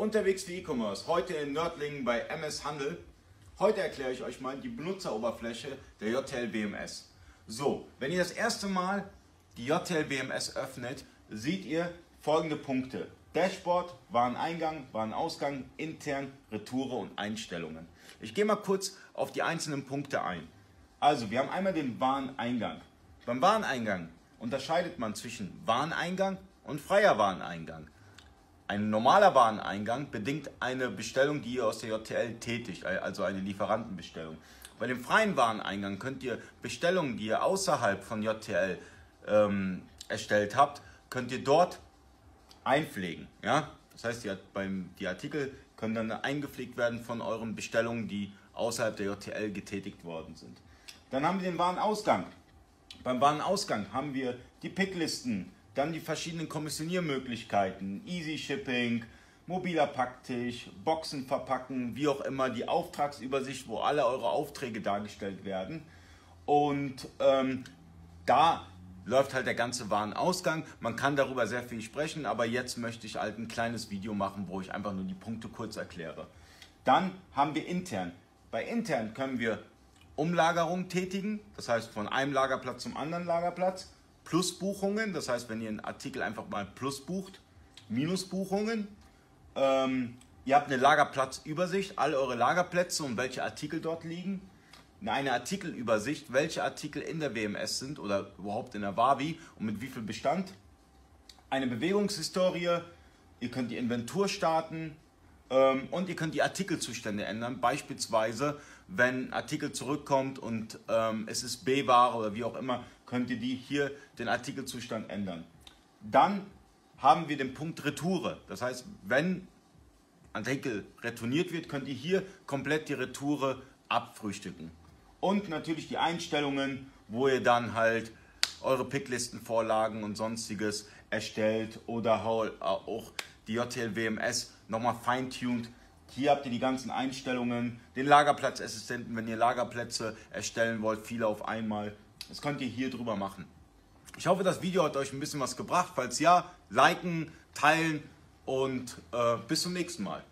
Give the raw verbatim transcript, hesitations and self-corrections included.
Unterwegs für E-Commerce, heute in Nördlingen bei M S Handel. Heute erkläre ich euch mal die Benutzeroberfläche der J T L W M S. So, wenn ihr das erste Mal die J T L W M S öffnet, seht ihr folgende Punkte. Dashboard, Wareneingang, Warenausgang, intern, Retoure und Einstellungen. Ich gehe mal kurz auf die einzelnen Punkte ein. Also, wir haben einmal den Wareneingang. Beim Wareneingang unterscheidet man zwischen Wareneingang und freier Wareneingang. Ein normaler Wareneingang bedingt eine Bestellung, die ihr aus der J T L tätigt, also eine Lieferantenbestellung. Bei dem freien Wareneingang könnt ihr Bestellungen, die ihr außerhalb von J T L ähm, erstellt habt, könnt ihr dort einpflegen. Ja? Das heißt, die, beim, die Artikel können dann eingepflegt werden von euren Bestellungen, die außerhalb der J T L getätigt worden sind. Dann haben wir den Warenausgang. Beim Warenausgang haben wir die Picklisten, dann die verschiedenen Kommissioniermöglichkeiten, Easy Shipping, mobiler Packtisch, Boxen verpacken, wie auch immer, die Auftragsübersicht, wo alle eure Aufträge dargestellt werden. Und ähm, da läuft halt der ganze Warenausgang. Man kann darüber sehr viel sprechen, aber jetzt möchte ich halt ein kleines Video machen, wo ich einfach nur die Punkte kurz erkläre. Dann haben wir intern. Bei intern können wir Umlagerung tätigen, das heißt von einem Lagerplatz zum anderen Lagerplatz. Plusbuchungen, das heißt, wenn ihr einen Artikel einfach mal plus bucht, Minusbuchungen. Ähm, ihr habt eine Lagerplatzübersicht, alle eure Lagerplätze und welche Artikel dort liegen. Eine Artikelübersicht, welche Artikel in der W M S sind oder überhaupt in der Wavi und mit wie viel Bestand. Eine Bewegungshistorie, ihr könnt die Inventur starten ähm, und ihr könnt die Artikelzustände ändern. Beispielsweise, wenn ein Artikel zurückkommt und ähm, es ist B-Ware oder wie auch immer, könnt ihr die hier den Artikelzustand ändern. Dann haben wir den Punkt Retoure. Das heißt, wenn Artikel retourniert wird, könnt ihr hier komplett die Retoure abfrühstücken. Und natürlich die Einstellungen, wo ihr dann halt eure Picklistenvorlagen und sonstiges erstellt oder auch die J T L W M S nochmal feintuned. Hier habt ihr die ganzen Einstellungen, den Lagerplatzassistenten, wenn ihr Lagerplätze erstellen wollt, viele auf einmal. Das könnt ihr hier drüber machen. Ich hoffe, das Video hat euch ein bisschen was gebracht. Falls ja, liken, teilen und äh, bis zum nächsten Mal.